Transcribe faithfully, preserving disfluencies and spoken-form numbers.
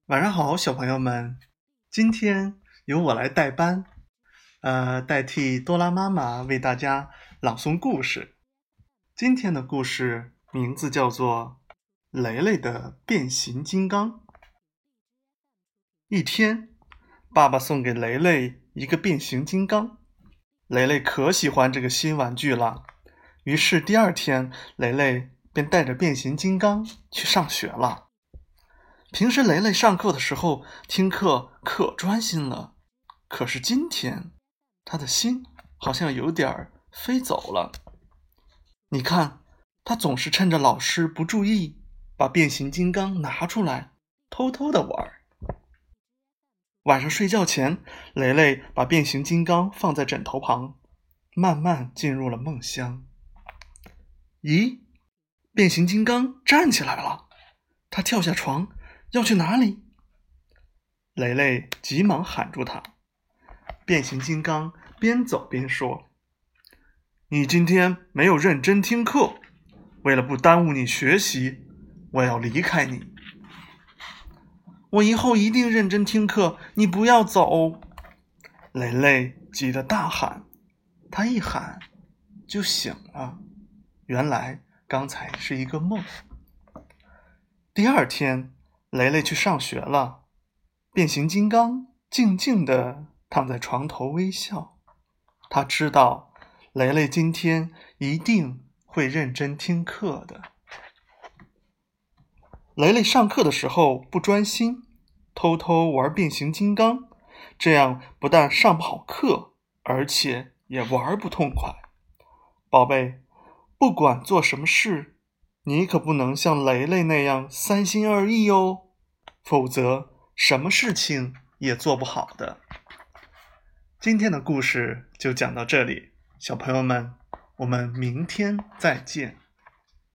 晚上好，小朋友们，今天由我来代班，呃，代替多拉妈妈为大家朗诵故事。今天的故事名字叫做《雷雷的变形金刚》。一天，爸爸送给雷雷一个变形金刚，雷雷可喜欢这个新玩具了，于是第二天，雷雷便带着变形金刚去上学了。平时雷雷上课的时候听课可专心了，可是今天他的心好像有点飞走了。你看，他总是趁着老师不注意，把变形金刚拿出来偷偷的玩。晚上睡觉前，雷雷把变形金刚放在枕头旁，慢慢进入了梦乡。咦，变形金刚站起来了，他跳下床要去哪里？雷雷急忙喊住他。变形金刚边走边说：你今天没有认真听课，为了不耽误你学习，我要离开你。我以后一定认真听课，你不要走。雷雷急得大喊，他一喊就醒了，原来刚才是一个梦。第二天，雷雷去上学了，变形金刚静静地躺在床头微笑。他知道雷雷今天一定会认真听课的。雷雷上课的时候不专心，偷偷玩变形金刚，这样不但上不好课，而且也玩不痛快。宝贝，不管做什么事，你可不能像雷雷那样三心二意哦，否则什么事情也做不好的。今天的故事就讲到这里，小朋友们，我们明天再见。